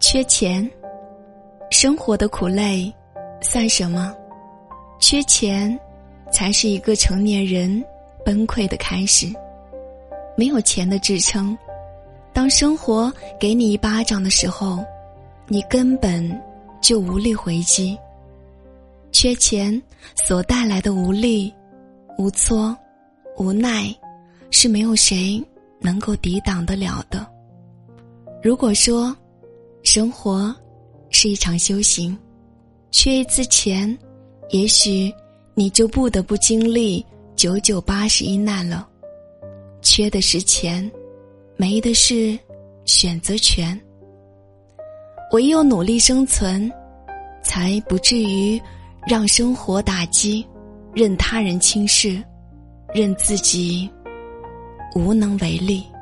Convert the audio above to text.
缺钱，生活的苦累算什么？缺钱才是一个成年人崩溃的开始。没有钱的支撑，当生活给你一巴掌的时候，你根本就无力回击。缺钱所带来的无力、无措、无奈，是没有谁能够抵挡得了的。如果说生活是一场修行，缺一次钱，也许你就不得不经历981难了。缺的是钱，没的是选择权。唯有努力生存，才不至于让生活打击，任他人轻视，任自己无能为力。